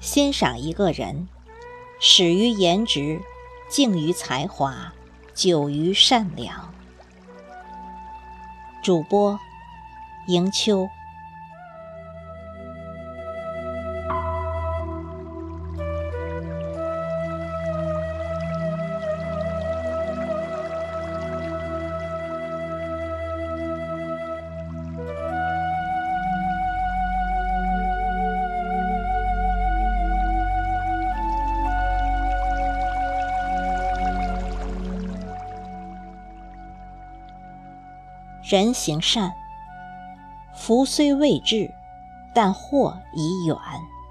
欣赏一个人，始于颜值，敬于才华，久于善良。主播迎秋。人行善，福虽未至，但祸已远。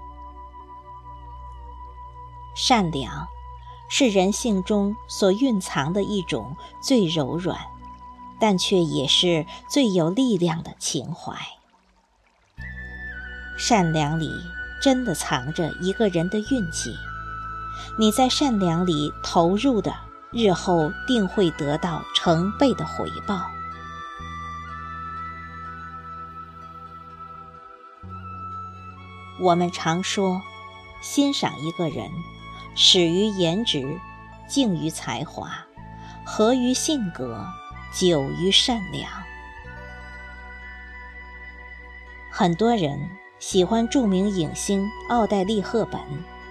善良是人性中所蕴藏的一种最柔软，但却也是最有力量的情怀。善良里真的藏着一个人的运气，你在善良里投入的，日后定会得到成倍的回报。我们常说，欣赏一个人，始于颜值，敬于才华，合于性格，久于善良。很多人喜欢著名影星奥黛丽·赫本，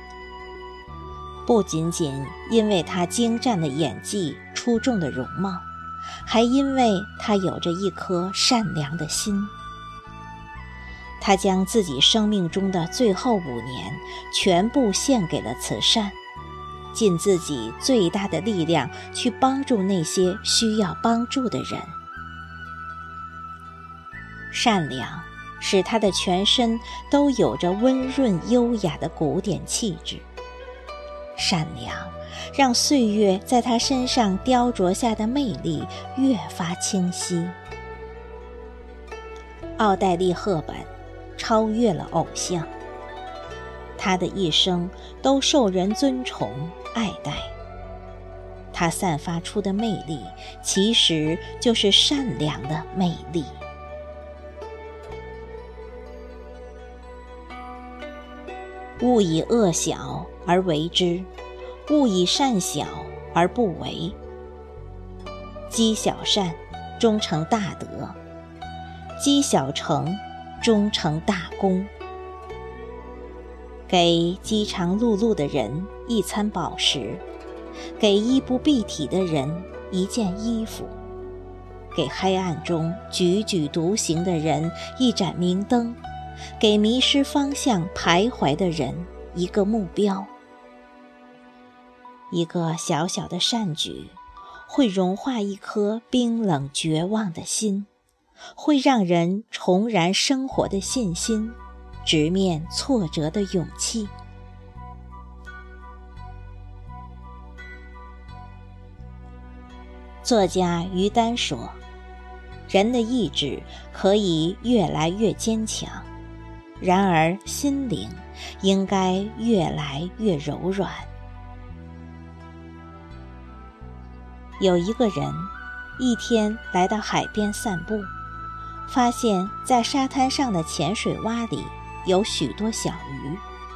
不仅仅因为她精湛的演技、出众的容貌，还因为她有着一颗善良的心。他将自己生命中的最后5年全部献给了慈善，尽自己最大的力量去帮助那些需要帮助的人。善良使他的全身都有着温润优雅的古典气质，善良让岁月在他身上雕琢下的魅力越发清晰。奥黛丽·赫本超越了偶像，他的一生都受人尊崇爱戴。他散发出的魅力，其实就是善良的魅力。勿以恶小而为之，勿以善小而不为。积小善，终成大德；积小成，终成大功。给饥肠辘辘的人一餐饱食，给衣不蔽体的人一件衣服，给黑暗中踽踽独行的人一盏明灯，给迷失方向徘徊的人一个目标。一个小小的善举，会融化一颗冰冷绝望的心，会让人重燃生活的信心，直面挫折的勇气。作家于丹说，人的意志可以越来越坚强，然而心灵应该越来越柔软。有一个人一天来到海边散步，发现在沙滩上的浅水洼里有许多小鱼。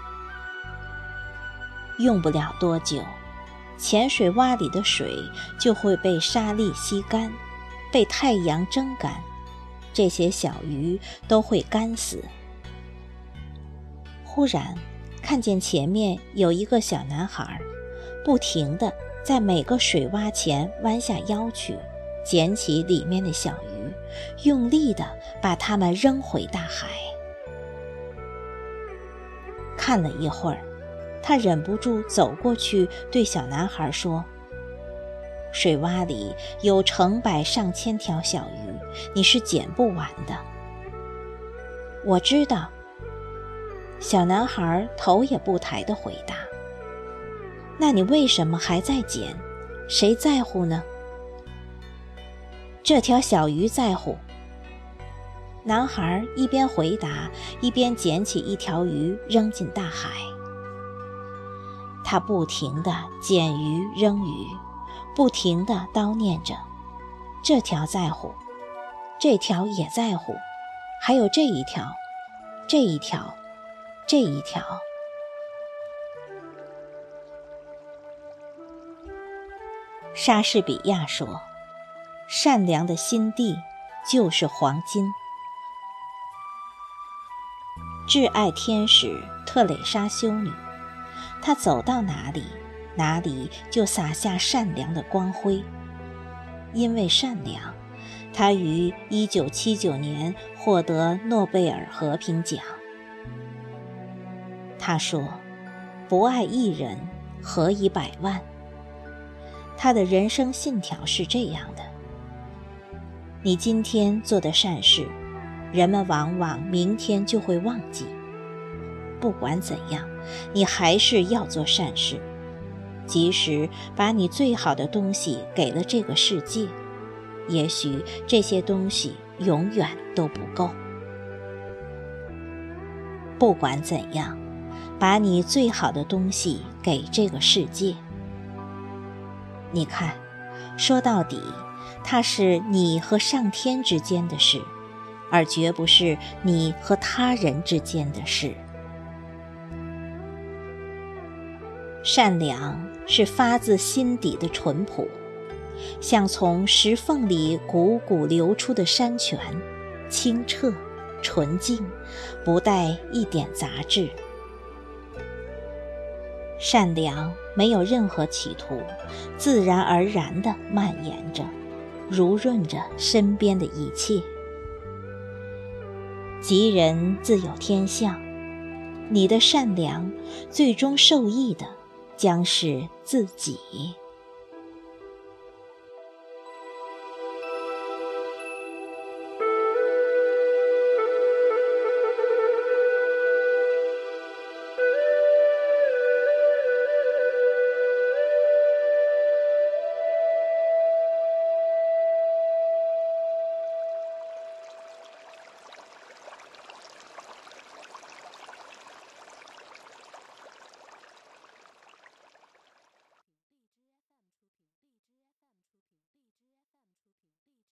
用不了多久，浅水洼里的水就会被沙粒吸干，被太阳蒸干，这些小鱼都会干死。忽然看见前面有一个小男孩，不停地在每个水洼前弯下腰去，捡起里面的小鱼，用力地把它们扔回大海。看了一会儿，他忍不住走过去对小男孩说，水洼里有成百上千条小鱼，你是捡不完的。我知道。小男孩头也不抬地回答，那你为什么还在捡？谁在乎呢？这条小鱼在乎。男孩一边回答，一边捡起一条鱼扔进大海。他不停地捡鱼扔鱼，不停地叨念着，这条在乎，这条也在乎，还有这一条，这一条，这一条。 莎士比亚说，善良的心地就是黄金。挚爱天使特蕾莎修女，她走到哪里，哪里就洒下善良的光辉。因为善良，她于1979年获得诺贝尔和平奖。她说，不爱一人，何以百万？她的人生信条是这样的：你今天做的善事，人们往往明天就会忘记。不管怎样，你还是要做善事，即使把你最好的东西给了这个世界，也许这些东西永远都不够。不管怎样，把你最好的东西给这个世界。你看，说到底，它是你和上天之间的事，而绝不是你和他人之间的事。善良是发自心底的淳朴，像从石缝里汩汩流出的山泉，清澈纯净，不带一点杂质。善良没有任何企图，自然而然地蔓延着，濡润着身边的一切。吉人自有天相，你的善良最终受益的将是自己。